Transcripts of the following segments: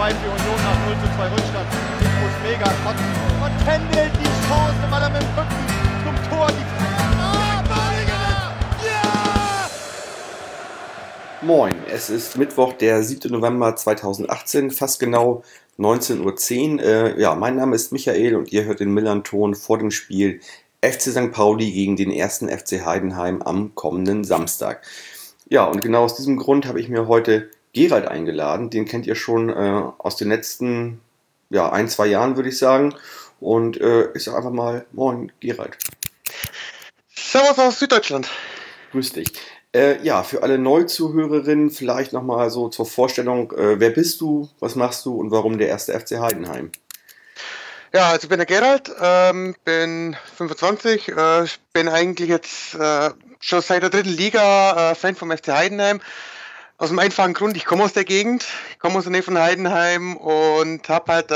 2 für Union nach 0:2 Rückstand. Tifus mega kotzen und pendelt die Chance, weil er mit dem Rücken zum Tor die Moin, es ist Mittwoch, der 7. November 2018, fast genau 19:10 Uhr. Ja, mein Name ist Michael und ihr hört den Millern-Ton vor dem Spiel FC St. Pauli gegen den 1. FC Heidenheim am kommenden Samstag. Ja, und genau aus diesem Grund habe ich mir heute Gerald eingeladen. Den kennt ihr schon aus den letzten 1-2 Jahren, würde ich sagen. Und ich sage einfach mal, moin Gerald. Servus aus Süddeutschland. Grüß dich. Für alle Neuzuhörerinnen vielleicht nochmal so zur Vorstellung, wer bist du, was machst du und warum der 1. FC Heidenheim? Ja, also ich bin der Gerald, bin 25, bin eigentlich jetzt schon seit der 3. Liga Fan vom FC Heidenheim. Aus dem einfachen Grund, ich komme aus der Gegend, ich komme aus der Nähe von Heidenheim und habe halt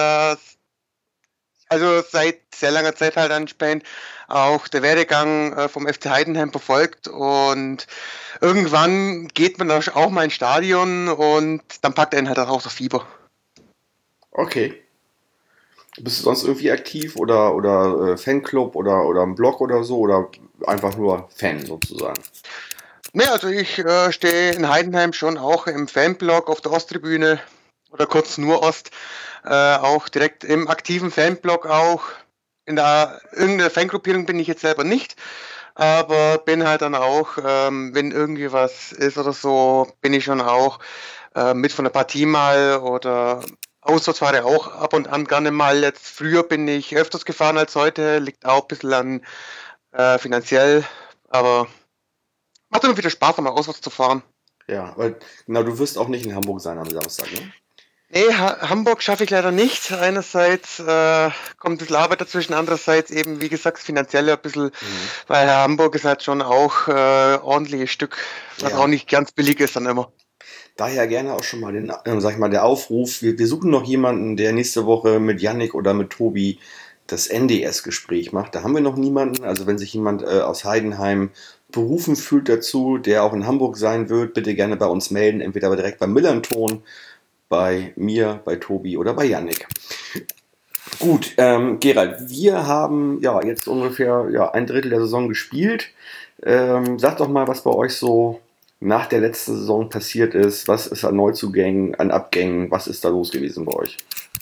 seit sehr langer Zeit halt anscheinend auch der Werdegang vom FC Heidenheim verfolgt und irgendwann geht man da auch mal ins Stadion und dann packt einen halt auch das Fieber. Okay. Bist du sonst irgendwie aktiv oder Fanclub oder ein Blog oder so oder einfach nur Fan sozusagen? Ne, also ich stehe in Heidenheim schon auch im Fanblog auf der Osttribüne oder kurz nur Ost, auch direkt im aktiven Fanblog auch. In irgendeiner Fangruppierung bin ich jetzt selber nicht, aber bin halt dann auch, wenn irgendwie was ist oder so, bin ich schon auch mit von der Partie mal oder Auswärtsfahre auch ab und an gerne mal. Jetzt früher bin ich öfters gefahren als heute, liegt auch ein bisschen an finanziell, aber macht immer wieder Spaß, mal auswärts zu fahren. Ja, weil genau, du wirst auch nicht in Hamburg sein am Samstag, ne? Nee, Hamburg schaffe ich leider nicht. Einerseits kommt ein bisschen Arbeit dazwischen, andererseits eben, wie gesagt, finanziell ein bisschen, weil Hamburg ist halt schon auch ordentliches Stück, was auch nicht ganz billig ist dann immer. Daher gerne auch schon mal der Aufruf. Wir suchen noch jemanden, der nächste Woche mit Yannick oder mit Tobi das NDS-Gespräch macht. Da haben wir noch niemanden. Also wenn sich jemand aus Heidenheim berufen fühlt dazu, der auch in Hamburg sein wird, bitte gerne bei uns melden. Entweder aber direkt beim Millern-Ton, bei mir, bei Tobi oder bei Yannick. Gut, Gerald, wir haben jetzt ungefähr ein Drittel der Saison gespielt. Sag doch mal, was bei euch so nach der letzten Saison passiert ist. Was ist an Neuzugängen, an Abgängen? Was ist da los gewesen bei euch?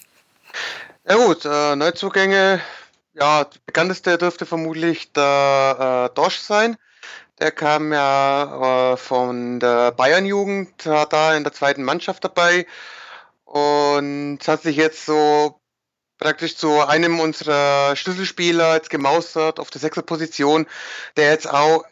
Ja gut, Neuzugänge, der bekannteste dürfte vermutlich der Dosch sein. Der kam ja von der Bayern-Jugend, war da in der zweiten Mannschaft dabei und hat sich jetzt so praktisch zu einem unserer Schlüsselspieler jetzt gemausert auf der 6er Position, der jetzt auch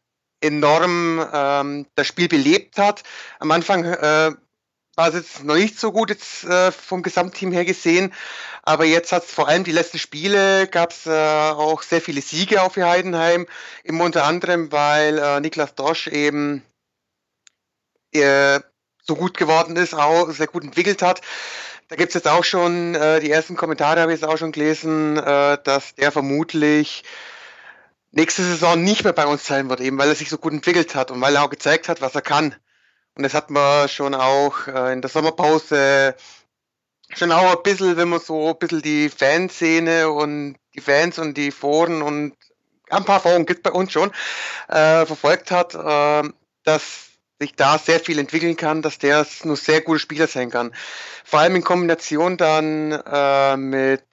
enorm das Spiel belebt hat. Am Anfang war es jetzt noch nicht so gut jetzt vom Gesamtteam her gesehen, aber jetzt hat es vor allem die letzten Spiele, gab es auch sehr viele Siege auch für Heidenheim, eben unter anderem, weil Niklas Dosch eben so gut geworden ist, auch sehr gut entwickelt hat. Da gibt es jetzt auch schon, die ersten Kommentare habe ich jetzt auch schon gelesen, dass der vermutlich nächste Saison nicht mehr bei uns sein wird, eben weil er sich so gut entwickelt hat und weil er auch gezeigt hat, was er kann. Und das hat man schon auch in der Sommerpause schon auch ein bisschen, wenn man so ein bisschen die Fanszene und die Fans und die Foren und ein paar Foren gibt es bei uns schon, verfolgt hat, dass sich da sehr viel entwickeln kann, dass der nur sehr guter Spieler sein kann. Vor allem in Kombination dann mit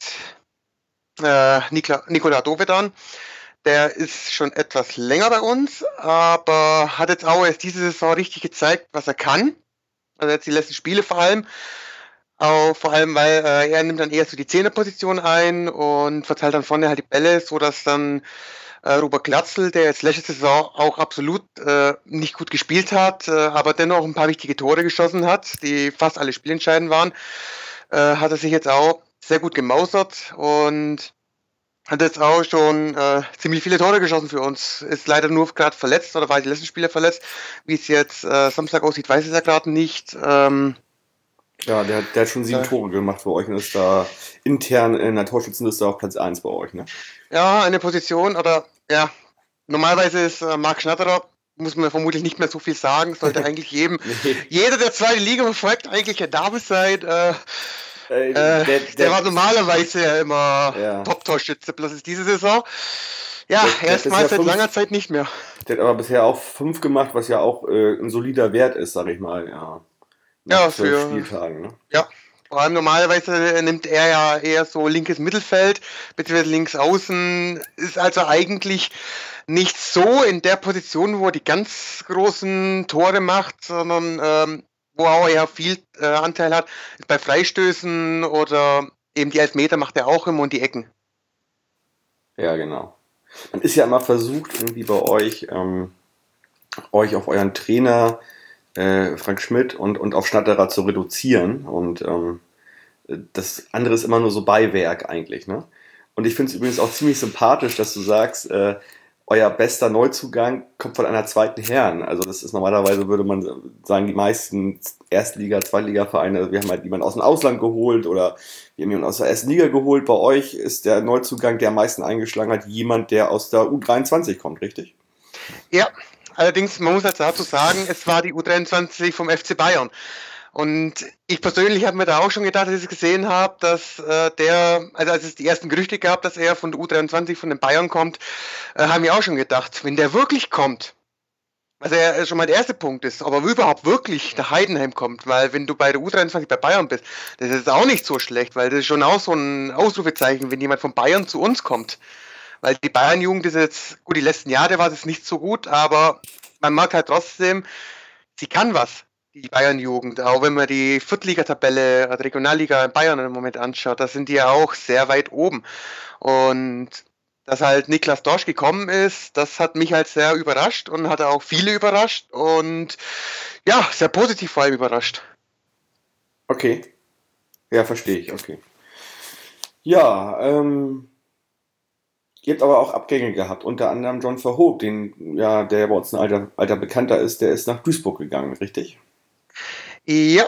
Nikola Dovedan. Der ist schon etwas länger bei uns, aber hat jetzt auch erst diese Saison richtig gezeigt, was er kann. Also jetzt die letzten Spiele vor allem. Auch vor allem, weil er nimmt dann eher so die 10er-Position ein und verteilt dann vorne halt die Bälle, so dass dann Robert Glatzel, der jetzt letzte Saison auch absolut nicht gut gespielt hat, aber dennoch ein paar wichtige Tore geschossen hat, die fast alle spielentscheidend waren, hat er sich jetzt auch sehr gut gemausert und hat jetzt auch schon ziemlich viele Tore geschossen für uns. Ist leider nur gerade verletzt oder war die letzten Spiele verletzt. Wie es jetzt Samstag aussieht, weiß ich ja gerade nicht. Der hat schon 7 Tore gemacht für euch und ist da intern in der Torschützenliste auf Platz 1 bei euch, ne? Ja, eine Position normalerweise ist Marc Schnatterer, muss man vermutlich nicht mehr so viel sagen, sollte eigentlich jeder, der zweite Liga verfolgt, eigentlich ein Name sein. Der war normalerweise ja immer Ja. Top-Torschütze, bloß ist diese Saison ja Der hat erstmal bisher seit 5 langer Zeit nicht mehr. Der hat aber bisher auch 5 gemacht, was ja auch ein solider Wert ist, sag ich mal, ja. Nach Ja, 12 für Spieltagen, ne? ja. Vor allem normalerweise nimmt er ja eher so linkes Mittelfeld, beziehungsweise links außen, ist also eigentlich nicht so in der Position, wo er die ganz großen Tore macht, sondern wo er auch eher viel Anteil hat, ist bei Freistößen oder eben die Elfmeter macht er auch immer und die Ecken. Ja, genau. Man ist ja immer versucht, irgendwie bei euch auf euren Trainer Frank Schmidt und auf Schnatterer zu reduzieren. Und das andere ist immer nur so Beiwerk eigentlich, ne? Und ich finde es übrigens auch ziemlich sympathisch, dass du sagst, euer bester Neuzugang kommt von einer zweiten Herren. Also das ist normalerweise, würde man sagen, die meisten Erstliga-, Zweitliga-Vereine, wir haben halt jemanden aus dem Ausland geholt oder wir haben jemanden aus der ersten Liga geholt. Bei euch ist der Neuzugang, der am meisten eingeschlagen hat, jemand, der aus der U23 kommt, richtig? Ja, allerdings, man muss halt dazu sagen, es war die U23 vom FC Bayern. Und ich persönlich habe mir da auch schon gedacht, als ich es gesehen habe, dass also als es die ersten Gerüchte gab, dass er von der U23 von den Bayern kommt, haben wir auch schon gedacht, wenn der wirklich kommt, was ja schon mal der erste Punkt ist, aber überhaupt wirklich nach Heidenheim kommt, weil wenn du bei der U23 bei Bayern bist, das ist auch nicht so schlecht, weil das ist schon auch so ein Ausrufezeichen, wenn jemand von Bayern zu uns kommt. Weil die Bayern-Jugend ist jetzt, gut, die letzten Jahre war es nicht so gut, aber man merkt halt trotzdem, sie kann was, die Bayern-Jugend. Auch wenn man die Viertligatabelle, die Regionalliga in Bayern im Moment anschaut, da sind die ja auch sehr weit oben. Und dass halt Niklas Dorsch gekommen ist, das hat mich halt sehr überrascht und hat auch viele überrascht und ja, sehr positiv vor allem überrascht. Okay. Ja, verstehe ich, okay. Ja, ihr habt aber auch Abgänge gehabt, unter anderem John Verhoek, der bei uns ein alter Bekannter ist, der ist nach Duisburg gegangen, richtig? Ja,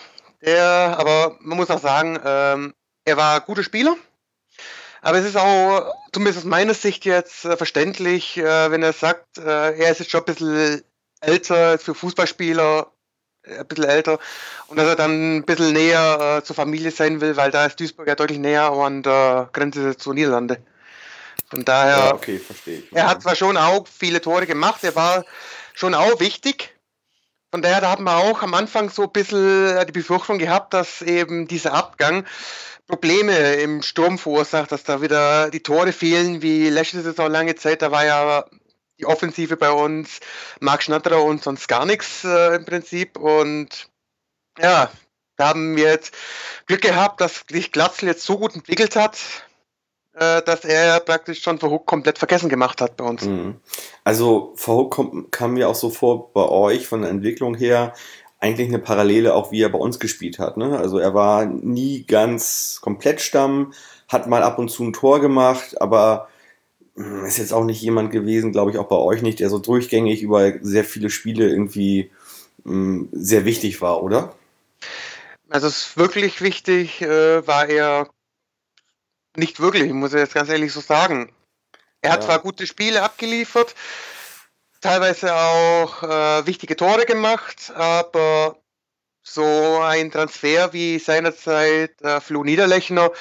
aber man muss auch sagen, er war ein guter Spieler. Aber es ist auch, zumindest aus meiner Sicht jetzt, verständlich, wenn er sagt, er ist jetzt schon ein bisschen älter für Fußballspieler, ein bisschen älter, und dass er dann ein bisschen näher zur Familie sein will, weil da ist Duisburg ja deutlich näher an der Grenze zu Niederlande. Von Ja, daher, okay, verstehe ich. er hat zwar schon auch viele Tore gemacht, er war schon auch wichtig. Von daher, da hat man auch am Anfang so ein bisschen die Befürchtung gehabt, dass eben dieser Abgang Probleme im Sturm verursacht, dass da wieder die Tore fehlen, wie letzte Saison lange Zeit. Da war ja die Offensive bei uns, Marc Schnatterer und sonst gar nichts im Prinzip. Und ja, da haben wir jetzt Glück gehabt, dass sich Glatzel jetzt so gut entwickelt hat, dass er praktisch schon Verhoek komplett vergessen gemacht hat bei uns. Mhm. Also Verhoek kam mir auch so vor bei euch von der Entwicklung her eigentlich eine Parallele auch wie er bei uns gespielt hat. Ne? Also er war nie ganz komplett Stamm, hat mal ab und zu ein Tor gemacht, aber ist jetzt auch nicht jemand gewesen, glaube ich, auch bei euch nicht, der so durchgängig über sehr viele Spiele irgendwie sehr wichtig war, oder? Also es ist wirklich wichtig, war er nicht wirklich, muss ich jetzt ganz ehrlich so sagen. Er hat Ja. zwar gute Spiele abgeliefert, teilweise auch wichtige Tore gemacht, aber so ein Transfer wie seinerzeit Flo Niederlechner,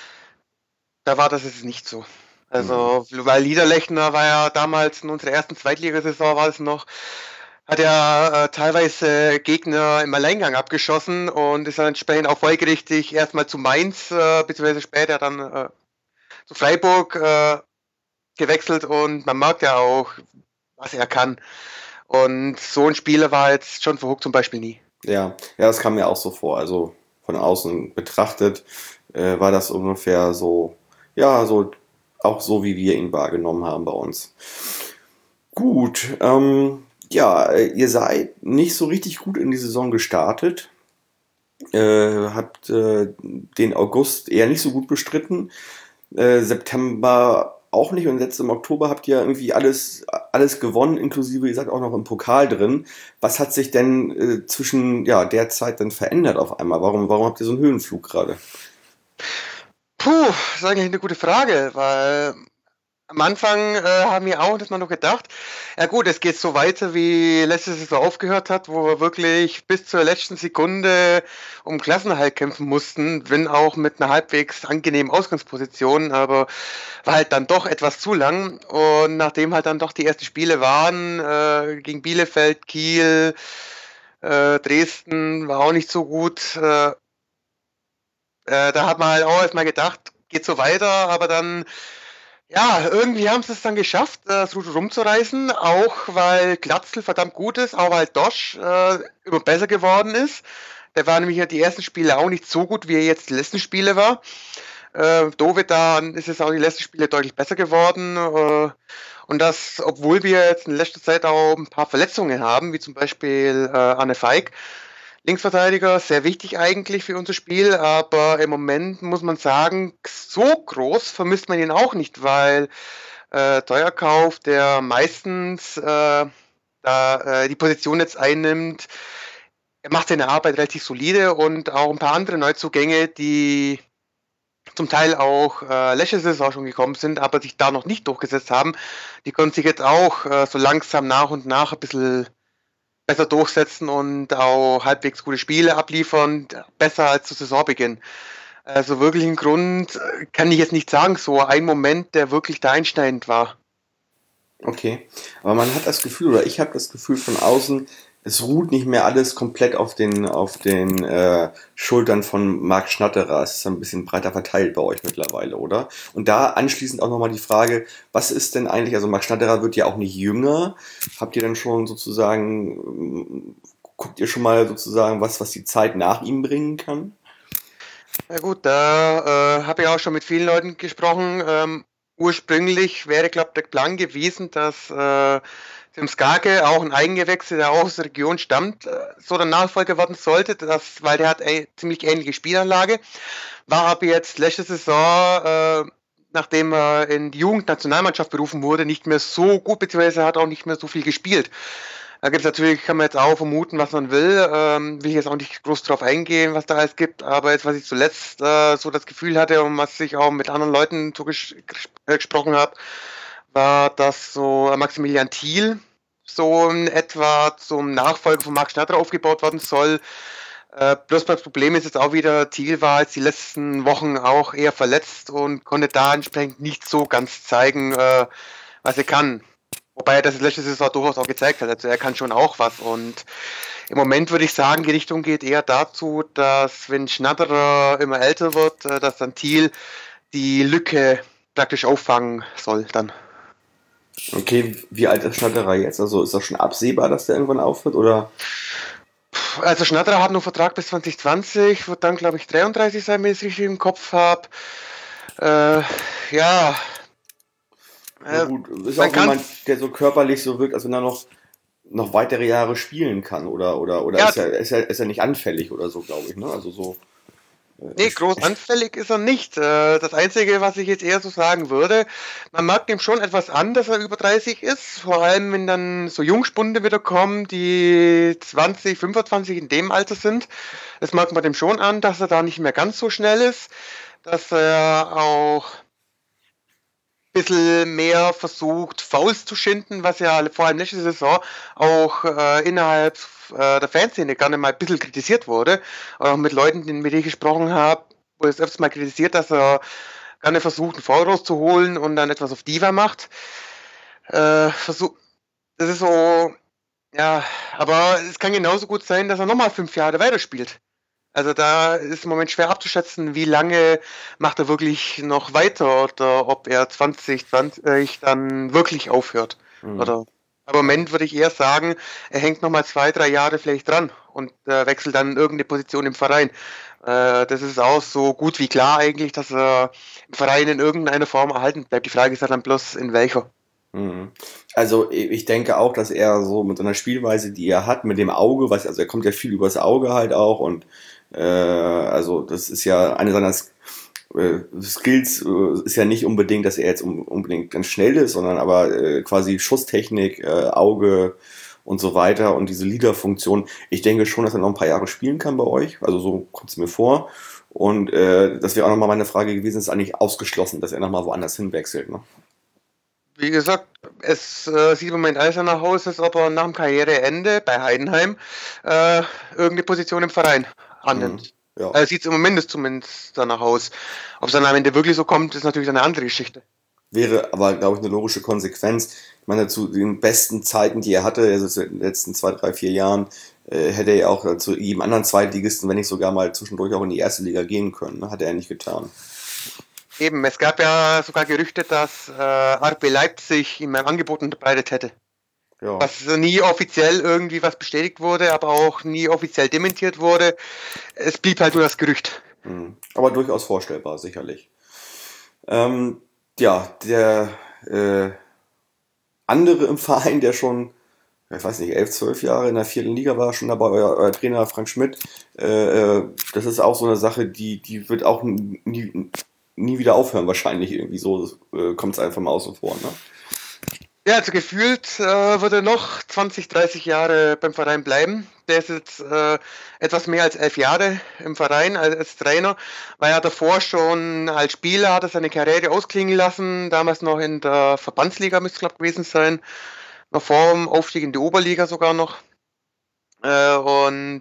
da war das jetzt nicht so. Also, weil Niederlechner war ja damals in unserer ersten Zweitligasaison war es noch, hat er teilweise Gegner im Alleingang abgeschossen und ist dann entsprechend auch folgerichtig erstmal zu Mainz, beziehungsweise später dann zu Freiburg gewechselt und man merkt ja auch, was er kann. Und so ein Spieler war jetzt John Verhoek zum Beispiel nie. Ja, das kam mir auch so vor. Also von außen betrachtet war das ungefähr so, ja, so auch so, wie wir ihn wahrgenommen haben bei uns. Gut, ihr seid nicht so richtig gut in die Saison gestartet, habt den August eher nicht so gut bestritten, September auch nicht und jetzt im Oktober habt ihr irgendwie alles gewonnen, inklusive, ihr seid auch noch im Pokal drin. Was hat sich denn zwischen der Zeit dann verändert auf einmal? Warum habt ihr so einen Höhenflug gerade? Puh, das ist eigentlich eine gute Frage, weil am Anfang haben wir auch das mal noch gedacht, ja gut, es geht so weiter, wie letzte Saison aufgehört hat, wo wir wirklich bis zur letzten Sekunde um Klassenerhalt kämpfen mussten, wenn auch mit einer halbwegs angenehmen Ausgangsposition, aber war halt dann doch etwas zu lang. Und nachdem halt dann doch die ersten Spiele waren, gegen Bielefeld, Kiel, Dresden war auch nicht so gut. Da hat man halt auch erstmal gedacht, geht so weiter, aber dann, ja, irgendwie haben sie es dann geschafft, das Ruder rumzureißen, auch weil Glatzel verdammt gut ist, auch weil Dosch immer besser geworden ist. Der war nämlich ja die ersten Spiele auch nicht so gut, wie er jetzt die letzten Spiele war. Dovid, da ist es auch die letzten Spiele deutlich besser geworden. Und das, obwohl wir jetzt in letzter Zeit auch ein paar Verletzungen haben, wie zum Beispiel Anne Feig, Linksverteidiger, sehr wichtig eigentlich für unser Spiel, aber im Moment muss man sagen, so groß vermisst man ihn auch nicht, weil Teuerkauf, der meistens die Position jetzt einnimmt, er macht seine Arbeit relativ solide und auch ein paar andere Neuzugänge, die zum Teil auch letzte Saison schon gekommen sind, aber sich da noch nicht durchgesetzt haben, die können sich jetzt auch so langsam nach und nach ein bisschen besser durchsetzen und auch halbwegs gute Spiele abliefern, besser als zu Saisonbeginn. Also wirklich einen Grund kann ich jetzt nicht sagen, so ein Moment, der wirklich da einschneidend war. Okay, aber man hat das Gefühl, oder ich habe das Gefühl von außen, es ruht nicht mehr alles komplett auf den Schultern von Marc Schnatterer. Es ist ein bisschen breiter verteilt bei euch mittlerweile, oder? Und da anschließend auch nochmal die Frage, was ist denn eigentlich, also Marc Schnatterer wird ja auch nicht jünger. Habt ihr dann schon sozusagen, guckt ihr schon mal sozusagen, was die Zeit nach ihm bringen kann? Na gut, da habe ich auch schon mit vielen Leuten gesprochen. Ursprünglich wäre, glaube ich, der Plan gewesen, dass Tim Skake, auch ein Eigengewächs, der auch aus der Region stammt, so der Nachfolger werden sollte, weil der hat eine ziemlich ähnliche Spielanlage. War aber jetzt letzte Saison, nachdem er in die Jugendnationalmannschaft berufen wurde, nicht mehr so gut, beziehungsweise hat auch nicht mehr so viel gespielt. Da gibt es natürlich, kann man jetzt auch vermuten, was man will. Will ich jetzt auch nicht groß drauf eingehen, was da alles gibt. Aber jetzt, was ich zuletzt so das Gefühl hatte und was ich auch mit anderen Leuten so gesprochen habe, war, dass so Maximilian Thiel so in etwa zum Nachfolger von Marc Schnatterer aufgebaut werden soll. Bloß das Problem ist jetzt auch wieder, Thiel war jetzt die letzten Wochen auch eher verletzt und konnte da entsprechend nicht so ganz zeigen, was er kann. Wobei er das letzte Saison durchaus auch gezeigt hat. Also er kann schon auch was. Und im Moment würde ich sagen, die Richtung geht eher dazu, dass wenn Schnatterer immer älter wird, dass dann Thiel die Lücke praktisch auffangen soll dann. Okay, wie alt ist Schnatterer jetzt? Also ist das schon absehbar, dass der irgendwann aufhört, oder? Also Schnatterer hat noch Vertrag bis 2020, wird dann glaube ich 33 sein, wenn ich es richtig im Kopf habe. Ja. Na gut, ist auch jemand, der so körperlich so wirkt, als wenn er noch weitere Jahre spielen kann, oder Ja, ist er nicht anfällig oder so, glaube ich, ne? Also so. nee, groß anfällig ist er nicht. Das Einzige, was ich jetzt eher so sagen würde, man merkt ihm schon etwas an, dass er über 30 ist. Vor allem, wenn dann so Jungspunde wieder kommen, die 20, 25 in dem Alter sind. Das merkt man dem schon an, dass er da nicht mehr ganz so schnell ist. Dass er auch ein bisschen mehr versucht, Fouls zu schinden, was ja vor allem letzte Saison auch innerhalb der Fanszene gerne mal ein bisschen kritisiert wurde. Auch mit Leuten, mit denen ich gesprochen habe, wurde es öfters mal kritisiert, dass er gerne versucht, einen Foul rauszuholen und dann etwas auf Diva macht. Das ist so, ja, aber es kann genauso gut sein, dass er nochmal 5 Jahre weiterspielt. Also da ist im Moment schwer abzuschätzen, wie lange macht er wirklich noch weiter oder ob er 2020 dann wirklich aufhört. Mhm. Oder aber im Moment würde ich eher sagen, er hängt nochmal 2, 3 Jahre vielleicht dran und wechselt dann irgendeine Position im Verein. Das ist auch so gut wie klar eigentlich, dass er im Verein in irgendeiner Form erhalten bleibt. Die Frage ist dann bloß in welcher. Mhm. Also ich denke auch, dass er so mit seiner Spielweise, die er hat, mit dem Auge, also er kommt ja viel übers Auge halt auch und also das ist ja eine seiner Skills, ist ja nicht unbedingt, dass er jetzt unbedingt ganz schnell ist, sondern aber quasi Schusstechnik, Auge und so weiter und diese Leader-Funktion. Ich denke schon, dass er noch ein paar Jahre spielen kann bei euch, also so kommt es mir vor. Und das wäre auch nochmal meine Frage gewesen, ist eigentlich ausgeschlossen, dass er nochmal woanders hinwechselt, ne? wie gesagt, es sieht im Moment alles danach aus, als ob er nach dem Karriereende bei Heidenheim irgendeine Position im Verein annimmt. Ja. Sieht es im Moment zumindest danach aus. Ob es dann am Ende wirklich so kommt, ist natürlich eine andere Geschichte. Wäre aber, glaube ich, eine logische Konsequenz. Ich meine, zu den besten Zeiten, die er hatte, also in den letzten 2, 3, 4 Jahren, hätte er ja auch zu jedem anderen Zweitligisten, wenn nicht sogar mal zwischendurch auch in die erste Liga gehen können. Ne? Hat er nicht getan. Eben, es gab ja sogar Gerüchte, dass RB Leipzig ihm ein Angebot unterbreitet hätte. Ja. Was nie offiziell irgendwie was bestätigt wurde, aber auch nie offiziell dementiert wurde. Es blieb halt nur das Gerücht. Aber durchaus vorstellbar, sicherlich. Ja, der andere im Verein, der schon, ich weiß nicht, 11, 12 Jahre in der 4. Liga war, schon dabei, euer Trainer Frank Schmidt, das ist auch so eine Sache, die wird auch nie wieder aufhören wahrscheinlich irgendwie so, kommt es einfach mal außen vor, ne? Ja, also gefühlt wird er noch 20, 30 Jahre beim Verein bleiben. Der ist jetzt etwas mehr als 11 Jahre im Verein als Trainer, weil er davor schon als Spieler hat er seine Karriere ausklingen lassen, damals noch in der Verbandsliga müsste es glaube gewesen sein, noch vor dem Aufstieg in die Oberliga sogar noch. Und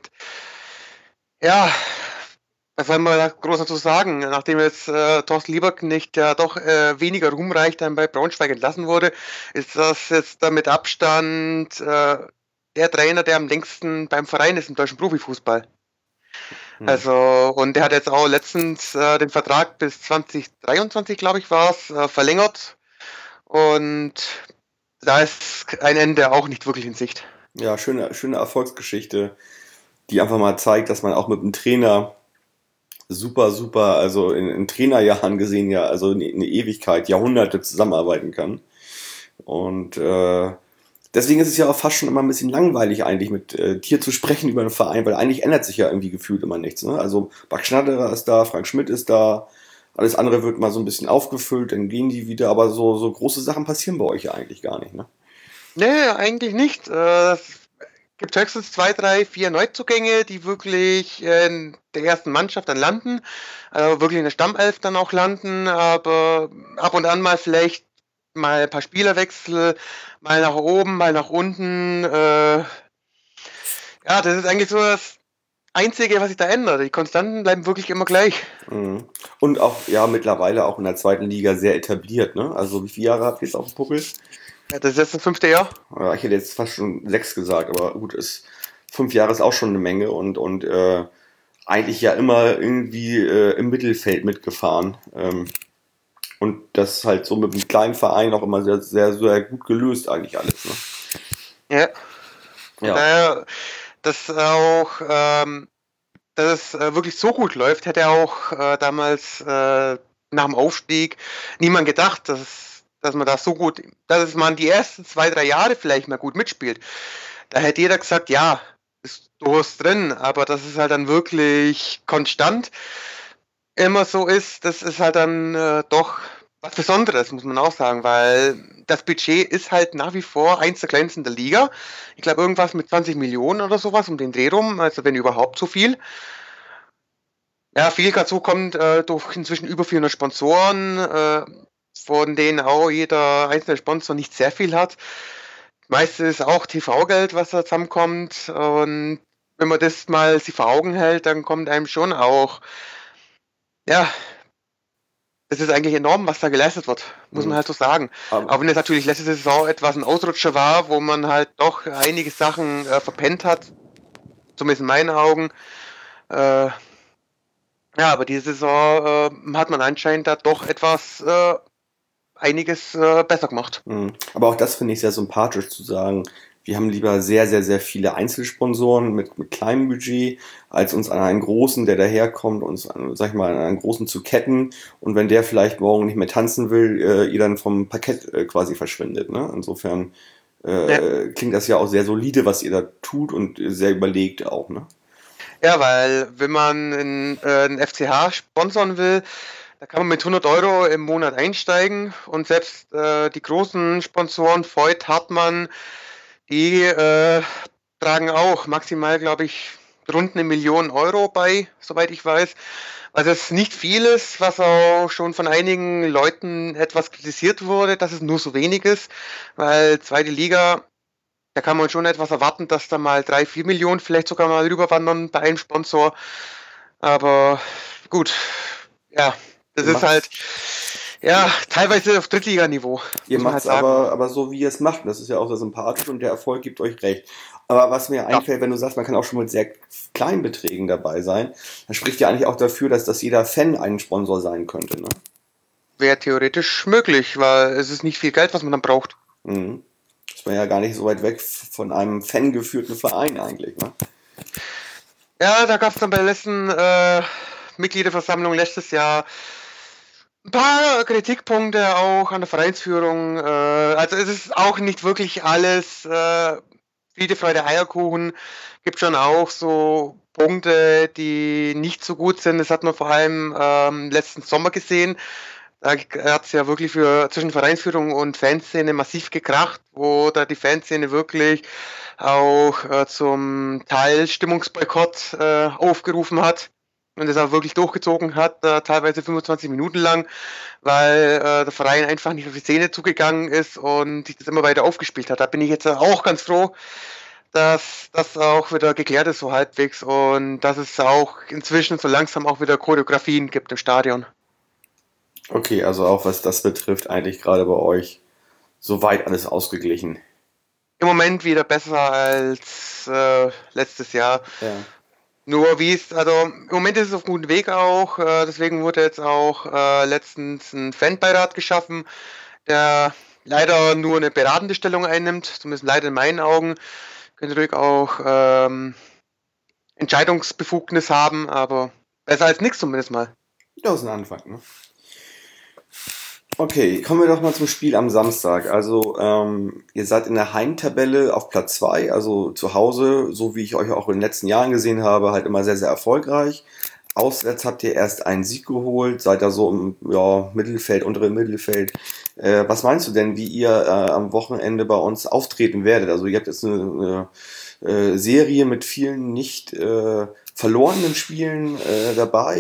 ja, was soll man da groß dazu sagen? Nachdem jetzt Thorsten Lieberknecht ja doch weniger ruhmreich dann bei Braunschweig entlassen wurde, ist das jetzt da mit Abstand der Trainer, der am längsten beim Verein ist im deutschen Profifußball. Also, und der hat jetzt auch letztens den Vertrag bis 2023, glaube ich, war es, verlängert. Und da ist ein Ende auch nicht wirklich in Sicht. Ja, schöne Erfolgsgeschichte, die einfach mal zeigt, dass man auch mit einem Trainer super, also in Trainerjahren gesehen ja, also eine Ewigkeit, Jahrhunderte zusammenarbeiten kann. Und deswegen ist es ja auch fast schon immer ein bisschen langweilig eigentlich mit dir zu sprechen über einen Verein, weil eigentlich ändert sich ja irgendwie gefühlt immer nichts. Ne? Also Max Schnatterer ist da, Frank Schmidt ist da, alles andere wird mal so ein bisschen aufgefüllt, dann gehen die wieder, aber so große Sachen passieren bei euch ja eigentlich gar nicht, ne? Nee, eigentlich nicht. Es gibt höchstens 2, 3, 4 Neuzugänge, die wirklich in der ersten Mannschaft dann landen, wirklich in der Stammelf dann auch landen, aber ab und an mal vielleicht mal ein paar Spielerwechsel, mal nach oben, mal nach unten. Ja, das ist eigentlich so das Einzige, was sich da ändert. Die Konstanten bleiben wirklich immer gleich. Und auch, ja, mittlerweile auch in der 2. Liga sehr etabliert, ne? Also wie viele Jahre habt ihr jetzt auf dem Puckel? Ja, das ist jetzt das 5. Jahr. Ja, ich hätte jetzt fast schon 6 gesagt, aber gut, 5 Jahre ist auch schon eine Menge und eigentlich ja immer irgendwie im Mittelfeld mitgefahren. Und das halt so mit einem kleinen Verein auch immer sehr gut gelöst eigentlich alles, ne? Ja. Ja. Daher, dass auch, dass es wirklich so gut läuft, hätte auch damals nach dem Aufstieg niemand gedacht, dass man das so gut, dass man die ersten 2, 3 Jahre vielleicht mal gut mitspielt. Da hätte jeder gesagt, ja, ist durchaus drin, aber dass es halt dann wirklich konstant immer so ist, das ist halt dann doch was Besonderes, muss man auch sagen, weil das Budget ist halt nach wie vor eins der kleinsten der Liga. Ich glaube, irgendwas mit 20 Millionen oder sowas um den Dreh rum, also wenn überhaupt so viel. Ja, viel dazu kommt durch inzwischen über 400 Sponsoren, von denen auch jeder einzelne Sponsor nicht sehr viel hat. Meistens ist auch TV-Geld, was da zusammenkommt. Und wenn man das mal sich vor Augen hält, dann kommt einem schon auch, ja, das ist eigentlich enorm, was da geleistet wird, muss man halt so sagen. Auch wenn es natürlich letzte Saison etwas ein Ausrutscher war, wo man halt doch einige Sachen verpennt hat, zumindest in meinen Augen. Ja, aber diese Saison hat man anscheinend da doch etwas einiges besser gemacht. Aber auch das finde ich sehr sympathisch zu sagen, wir haben lieber sehr viele Einzelsponsoren mit kleinem Budget, als uns an einen großen, der daherkommt, uns sag ich mal, an einen großen zu ketten und wenn der vielleicht morgen nicht mehr tanzen will, ihr dann vom Parkett quasi verschwindet. Ne? Insofern klingt das ja auch sehr solide, was ihr da tut und sehr überlegt auch. Ne? Ja, weil wenn man einen FCH sponsern will, da kann man mit 100 Euro im Monat einsteigen und selbst die großen Sponsoren, Voigt, Hartmann, die tragen auch maximal, glaube ich, rund 1 Million Euro bei, soweit ich weiß. Also es ist nicht viel ist, was auch schon von einigen Leuten etwas kritisiert wurde, dass es nur so wenig ist, weil zweite Liga, da kann man schon etwas erwarten, dass da mal 3, 4 Millionen vielleicht sogar mal rüberwandern bei einem Sponsor. Aber gut, ja, das Ihr ist halt, macht's, ja, teilweise auf Drittliganiveau, ihr muss man halt macht's sagen. aber so, wie ihr es macht. Das ist ja auch sehr sympathisch und der Erfolg gibt euch recht. Aber was mir Ja, einfällt, wenn du sagst, man kann auch schon mit sehr kleinen Beträgen dabei sein, dann spricht ja eigentlich auch dafür, dass jeder Fan ein Sponsor sein könnte, ne? wäre theoretisch möglich, weil es ist nicht viel Geld, was man dann braucht. Mhm. Ist man ja gar nicht so weit weg von einem fangeführten Verein eigentlich, ne? Ja, da gab es dann bei der letzten Mitgliederversammlung letztes Jahr ein paar Kritikpunkte auch an der Vereinsführung. Also es ist auch nicht wirklich alles Friede, Freude, Eierkuchen. Gibt schon auch so Punkte, die nicht so gut sind. Das hat man vor allem letzten Sommer gesehen. Da hat es ja wirklich zwischen Vereinsführung und Fanszene massiv gekracht, wo da die Fanszene wirklich auch zum Teil Stimmungsboykott aufgerufen hat und das auch wirklich durchgezogen hat, teilweise 25 Minuten lang, weil der Verein einfach nicht auf die Szene zugegangen ist und sich das immer weiter aufgespielt hat. Da bin ich jetzt auch ganz froh, dass das auch wieder geklärt ist, so halbwegs, und dass es auch inzwischen so langsam auch wieder Choreografien gibt im Stadion. Okay, also auch was das betrifft, eigentlich gerade bei euch soweit alles ausgeglichen. Im Moment wieder besser als letztes Jahr. Ja. Nur also im Moment ist es auf gutem Weg auch, deswegen wurde jetzt auch letztens ein Fanbeirat geschaffen, der leider nur eine beratende Stellung einnimmt, zumindest leider in meinen Augen. Könnte ruhig auch Entscheidungsbefugnis haben, aber besser als nichts zumindest mal. Das ist ein Anfang, ne? Okay, kommen wir doch mal zum Spiel am Samstag. Also, ihr seid in der Heimtabelle auf Platz 2, also zu Hause, so wie ich euch auch in den letzten Jahren gesehen habe, halt immer sehr, sehr erfolgreich. Auswärts habt ihr erst einen Sieg geholt, seid da so im ja, Mittelfeld, unteren Mittelfeld. Was meinst du denn, wie ihr am Wochenende bei uns auftreten werdet? Also, ihr habt jetzt eine Serie mit vielen nicht verlorenen Spielen dabei.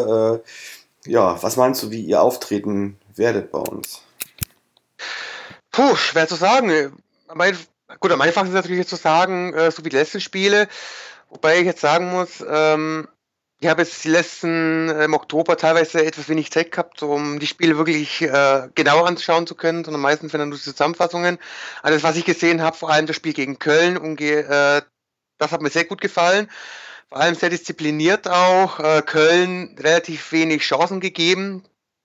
Ja, was meinst du, wie ihr auftreten werdet bei uns? Puh, schwer zu sagen. Gut, am einfachsten ist natürlich jetzt zu sagen, so wie die letzten Spiele, wobei ich jetzt sagen muss, ich habe jetzt die letzten im Oktober teilweise etwas wenig Zeit gehabt, um die Spiele wirklich genau anschauen zu können, sondern meistens wenn dann nur die Zusammenfassungen. Alles, was ich gesehen habe, vor allem das Spiel gegen Köln, das hat mir sehr gut gefallen. Vor allem sehr diszipliniert auch. Köln relativ wenig Chancen gegeben.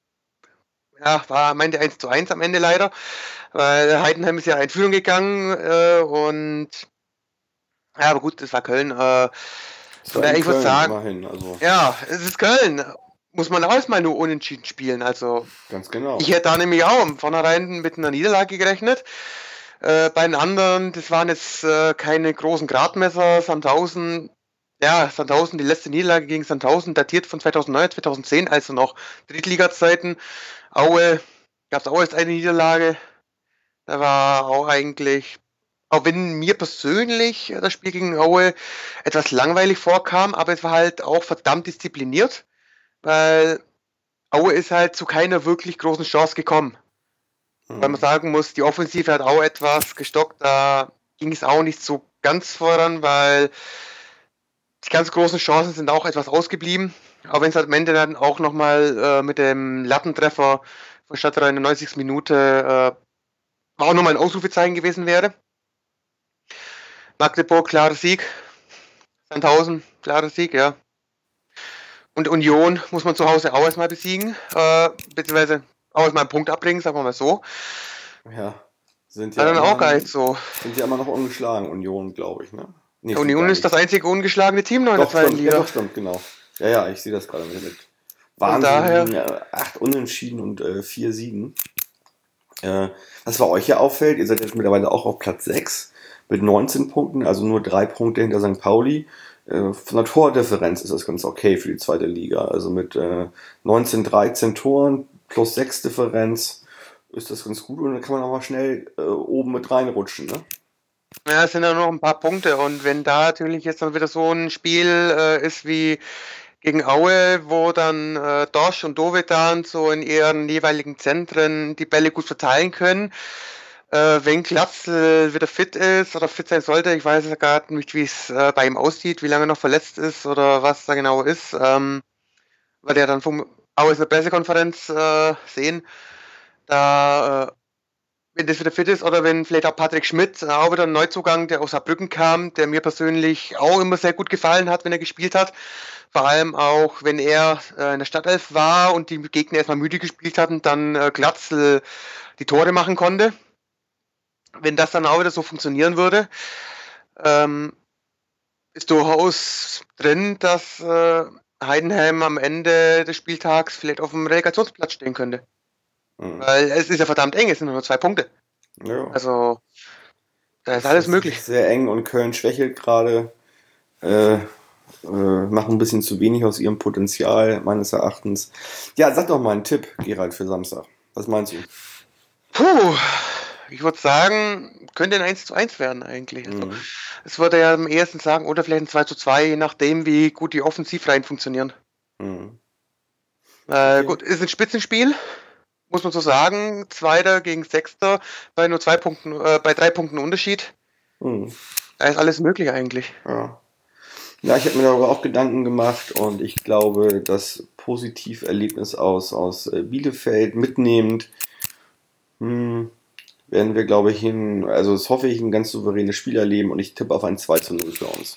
Ja, war am Ende 1:1 am Ende leider, weil Heidenheim ist ja in Führung gegangen und ja, aber gut, das war Köln. Es Von war daher, in ich würde Köln sagen, immerhin, also ja, es ist Köln. Muss man auch erstmal nur unentschieden spielen. Also ganz ich genau. hätte da nämlich auch von vornherein mit einer Niederlage gerechnet. Bei den anderen, das waren jetzt keine großen Gradmesser. Sandhausen, die letzte Niederlage gegen Sandhausen datiert von 2009, 2010, also noch Drittliga-Zeiten. Aue, gab es auch erst eine Niederlage. Da war auch eigentlich, auch wenn mir persönlich das Spiel gegen Aue etwas langweilig vorkam, aber es war halt auch verdammt diszipliniert, weil Aue ist halt zu keiner wirklich großen Chance gekommen. Weil man Mhm. sagen muss, die Offensive hat auch etwas gestockt, da ging es auch nicht so ganz voran, weil die ganz großen Chancen sind auch etwas ausgeblieben. Auch wenn es am Ende dann auch nochmal mit dem Lattentreffer von Stadtrer in der 90. Minute auch nochmal ein Ausrufezeichen gewesen wäre. Magdeburg, klarer Sieg. Sandhausen, klarer Sieg, ja. Und Union muss man zu Hause auch erstmal besiegen, beziehungsweise auch erstmal einen Punkt abbringen, sagen wir mal so. Ja, sind War ja dann auch immer, geil so. sind ja immer noch ungeschlagen, Union, glaube ich, ne? Nee, stimmt Union gar ist das nicht. einzige ungeschlagene Team noch in der Doch, zweiten stimmt, ja Liga. doch, stimmt, genau. Ja, ja, ich sehe das gerade mit Von daher, wahnsinnigen 8 Unentschieden und 4 Siegen. Was bei euch ja auffällt, ihr seid jetzt mittlerweile auch auf Platz 6 mit 19 Punkten, also nur 3 Punkte hinter St. Pauli. Von der Tordifferenz ist das ganz okay für die zweite Liga. Also mit 19, 13 Toren plus 6 Differenz ist das ganz gut und dann kann man auch mal schnell oben mit reinrutschen. Ne? Ja, es sind ja noch ein paar Punkte und wenn da natürlich jetzt dann wieder so ein Spiel ist wie gegen Aue, wo dann Dorsch und Dovedan so in ihren jeweiligen Zentren die Bälle gut verteilen können, wenn Glatzel wieder fit ist oder fit sein sollte, ich weiß ja gar nicht, wie es bei ihm aussieht, wie lange er noch verletzt ist oder was da genau ist, weil der dann vom Aue in der Pressekonferenz sehen, da wenn das wieder fit ist oder wenn vielleicht auch Patrick Schmidt, auch wieder ein Neuzugang, der aus Saarbrücken kam, der mir persönlich auch immer sehr gut gefallen hat, wenn er gespielt hat. Vor allem auch, wenn er in der Startelf war und die Gegner erstmal müde gespielt hatten, dann Glatzel die Tore machen konnte. Wenn das dann auch wieder so funktionieren würde, ist durchaus drin, dass Heidenheim am Ende des Spieltags vielleicht auf dem Relegationsplatz stehen könnte. Weil es ist ja verdammt eng, es sind nur 2 Punkte. Ja. Also, da ist alles möglich. Ist sehr eng und Köln schwächelt gerade. Machen ein bisschen zu wenig aus ihrem Potenzial, meines Erachtens. Ja, sag doch mal einen Tipp, Gerald, für Samstag. Was meinst du? Puh, ich würde sagen, könnte ein 1:1 werden eigentlich. Also, es würde ja am ehesten sagen, oder vielleicht ein 2:2, je nachdem, wie gut die Offensivreihen funktionieren. Okay. Gut, ist ein Spitzenspiel, muss man so sagen. Zweiter gegen Sechster bei nur 2 Punkten, bei 3 Punkten Unterschied. Da ist alles möglich eigentlich. Ja, ich habe mir darüber auch Gedanken gemacht und ich glaube, das Positiverlebnis aus Bielefeld mitnehmend werden wir, glaube ich, also das hoffe ich, ein ganz souveränes Spiel erleben und ich tippe auf ein 2:0 für uns.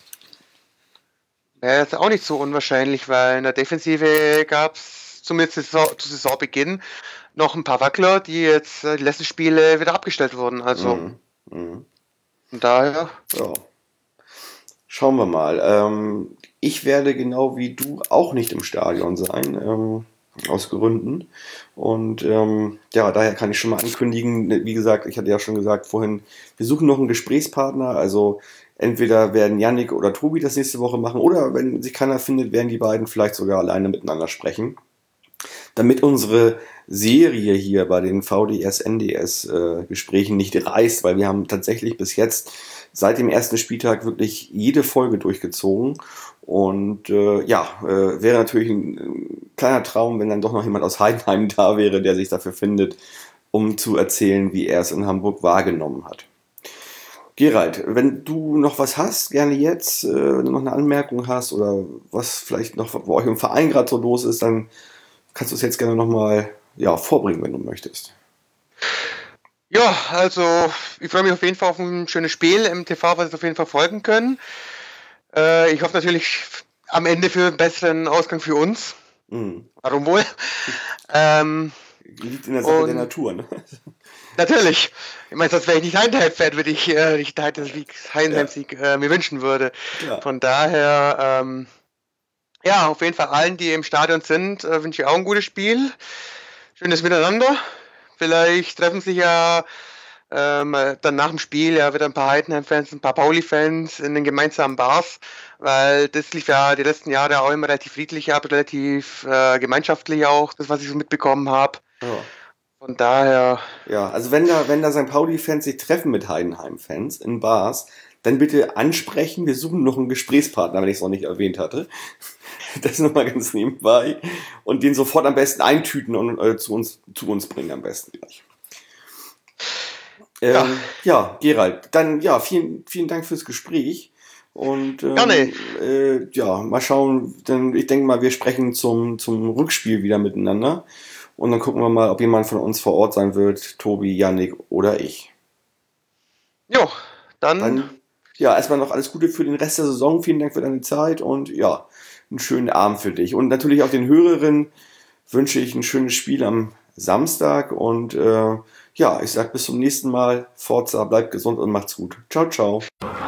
Ja, ist auch nicht so unwahrscheinlich, weil in der Defensive gab es zumindest zu Saisonbeginn noch ein paar Wackler, die jetzt die letzten Spiele wieder abgestellt wurden. Also von daher. Ja. Schauen wir mal. Ich werde genau wie du auch nicht im Stadion sein, aus Gründen. Und ja, daher kann ich schon mal ankündigen, wie gesagt, ich hatte ja schon gesagt vorhin, wir suchen noch einen Gesprächspartner. Also entweder werden Yannick oder Tobi das nächste Woche machen oder wenn sich keiner findet, werden die beiden vielleicht sogar alleine miteinander sprechen. Damit unsere Serie hier bei den VDS-NDS-Gesprächen nicht reißt, weil wir haben tatsächlich bis jetzt seit dem ersten Spieltag wirklich jede Folge durchgezogen. Und wäre natürlich ein kleiner Traum, wenn dann doch noch jemand aus Heidenheim da wäre, der sich dafür findet, um zu erzählen, wie er es in Hamburg wahrgenommen hat. Gerald, wenn du noch was hast, gerne jetzt, wenn du noch eine Anmerkung hast oder was vielleicht noch bei euch im Verein gerade so los ist, dann kannst du es jetzt gerne nochmal vorbringen, wenn du möchtest. Ja, also ich freue mich auf jeden Fall auf ein schönes Spiel im TV, was wir auf jeden Fall folgen können. Ich hoffe natürlich am Ende für einen besseren Ausgang für uns. Warum wohl? Liegt in der Sache der Natur, ne? Natürlich. Ich meine, sonst wäre ich nicht Heidenheim-Fan, wenn ich nicht Heidenheim-Sieg mir wünschen würde. Ja. Von daher, auf jeden Fall allen, die im Stadion sind, wünsche ich auch ein gutes Spiel. Schönes Miteinander. Vielleicht treffen sich ja dann nach dem Spiel ja wieder ein paar Heidenheim-Fans, ein paar Pauli-Fans in den gemeinsamen Bars, weil das lief ja die letzten Jahre auch immer relativ friedlich ab, relativ gemeinschaftlich auch, das, was ich so mitbekommen habe. Ja. Von daher. Ja, also wenn da St. Pauli-Fans sich treffen mit Heidenheim-Fans in Bars, dann bitte ansprechen. Wir suchen noch einen Gesprächspartner, wenn ich es noch nicht erwähnt hatte. Das nochmal ganz nebenbei. Und den sofort am besten eintüten und zu uns bringen am besten gleich. Gerald, dann vielen, vielen Dank fürs Gespräch. Und mal schauen, ich denke mal, wir sprechen zum Rückspiel wieder miteinander. Und dann gucken wir mal, ob jemand von uns vor Ort sein wird, Tobi, Yannick oder ich. Jo, dann erstmal noch alles Gute für den Rest der Saison. Vielen Dank für deine Zeit und einen schönen Abend für dich. Und natürlich auch den Hörerinnen wünsche ich ein schönes Spiel am Samstag. Und ich sage bis zum nächsten Mal. Forza, bleibt gesund und macht's gut. Ciao, ciao.